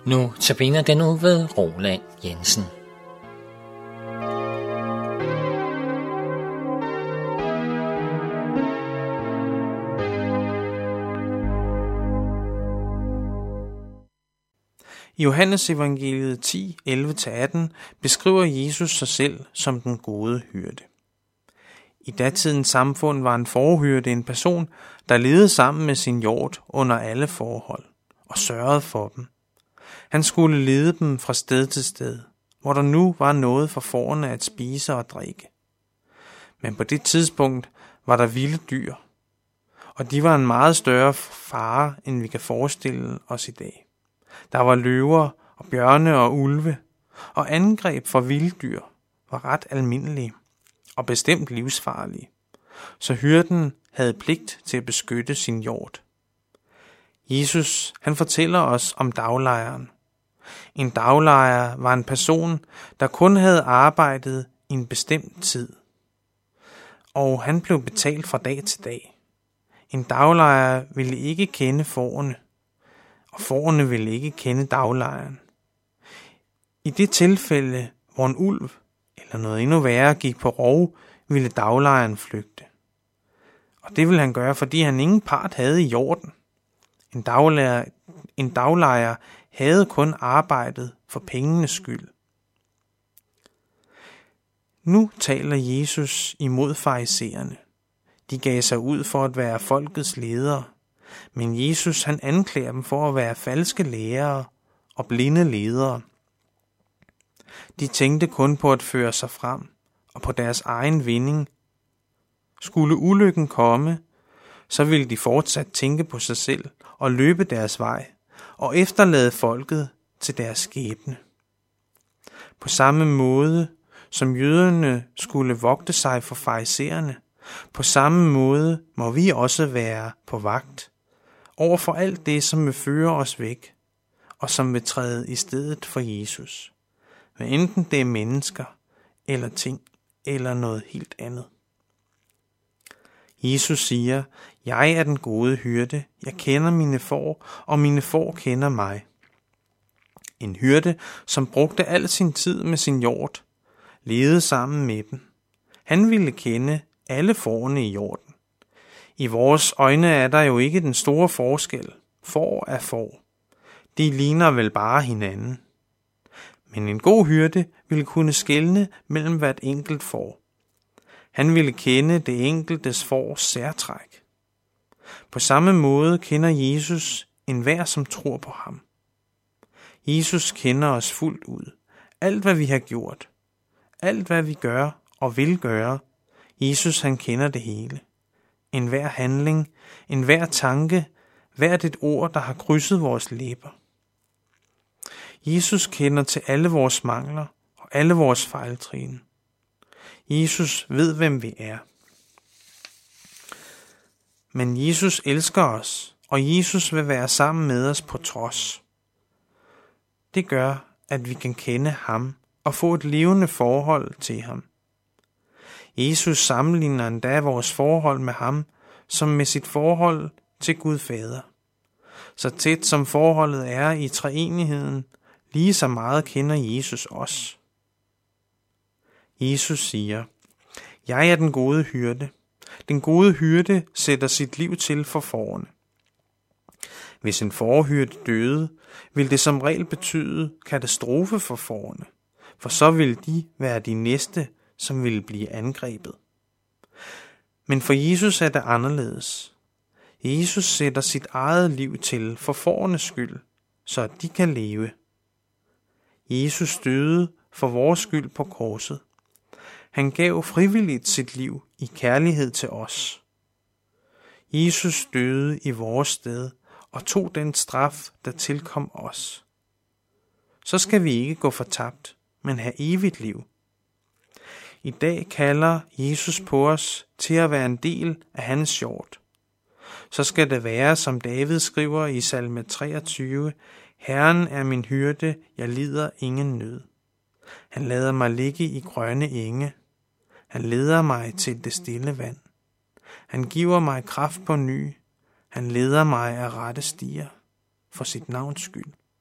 Nu tabiner den ud ved Roland Jensen. I Johannes evangeliet 10, 11-18 beskriver Jesus sig selv som den gode hyrde. I datidens samfund var en forhyrde en person, der levede sammen med sin hjort under alle forhold og sørgede for dem. Han skulle lede dem fra sted til sted, hvor der nu var noget for fårene at spise og drikke. Men på det tidspunkt var der vilde dyr, og de var en meget større fare, end vi kan forestille os i dag. Der var løver og bjørne og ulve, og angreb fra vilddyr var ret almindelige og bestemt livsfarlige, så hyrden havde pligt til at beskytte sin hjort. Jesus, han fortæller os om daglejeren. En daglejer var en person, der kun havde arbejdet i en bestemt tid, og han blev betalt fra dag til dag. En daglejer ville ikke kende fårene, og fårene ville ikke kende daglejeren. I det tilfælde, hvor en ulv eller noget endnu værre gik på rov, ville daglejeren flygte. Og det ville han gøre, fordi han ingen part havde i hjorten. En daglejer havde kun arbejdet for pengenes skyld. Nu taler Jesus imod farisæerne. De gav sig ud for at være folkets ledere, men Jesus han anklager dem for at være falske lærere og blinde ledere. De tænkte kun på at føre sig frem og på deres egen vinding. Skulle ulykken komme, så ville de fortsat tænke på sig selv og løbe deres vej og efterlade folket til deres skæbne. På samme måde som jøderne skulle vogte sig for farisæerne, på samme måde må vi også være på vagt over for alt det, som vil føre os væk og som vil træde i stedet for Jesus. Hvad enten det er mennesker eller ting eller noget helt andet. Jesus siger, jeg er den gode hyrde, jeg kender mine får, og mine får kender mig. En hyrde, som brugte al sin tid med sin hjort, levede sammen med dem. Han ville kende alle fårene i hjorten. I vores øjne er der jo ikke den store forskel. Får er får. De ligner vel bare hinanden. Men en god hyrde ville kunne skelne mellem hvert enkelt får. Han ville kende det enkeltes fårs særtræk. På samme måde kender Jesus enhver, som tror på ham. Jesus kender os fuldt ud. Alt hvad vi har gjort, alt hvad vi gør og vil gøre, Jesus han kender det hele. Enhver handling, enhver tanke, hvert et ord, der har krydset vores læber. Jesus kender til alle vores mangler og alle vores fejltrin. Jesus ved, hvem vi er. Men Jesus elsker os, og Jesus vil være sammen med os på trods. Det gør, at vi kan kende ham og få et levende forhold til ham. Jesus sammenligner endda vores forhold med ham, som med sit forhold til Gud Fader. Så tæt som forholdet er i treenigheden, lige så meget kender Jesus os. Jesus siger, jeg er den gode hyrde. Den gode hyrde sætter sit liv til for fårene. Hvis en fårehyrde døde, vil det som regel betyde katastrofe for fårene, for så vil de være de næste, som vil blive angrebet. Men for Jesus er det anderledes. Jesus sætter sit eget liv til for fårenes skyld, så de kan leve. Jesus døde for vores skyld på korset. Han gav frivilligt sit liv i kærlighed til os. Jesus døde i vores sted og tog den straf, der tilkom os. Så skal vi ikke gå fortabt, men have evigt liv. I dag kalder Jesus på os til at være en del af hans hjort. Så skal det være, som David skriver i salme 23, Herren er min hyrde, jeg lider ingen nød. Han lader mig ligge i grønne enge. Han leder mig til det stille vand. Han giver mig kraft på ny. Han leder mig af rette stier for sit navns skyld.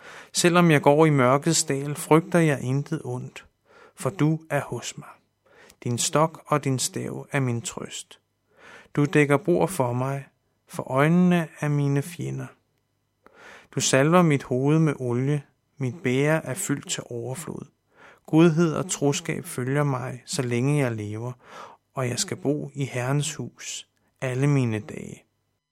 Selvom jeg går i mørkets dal, frygter jeg intet ondt, for du er hos mig. Din stok og din stav er min trøst. Du dækker bord for mig, for øjnene af mine fjender. Du salver mit hoved med olie, mit bæger er fyldt til overflod. Godhed og troskab følger mig, så længe jeg lever, og jeg skal bo i Herrens hus alle mine dage.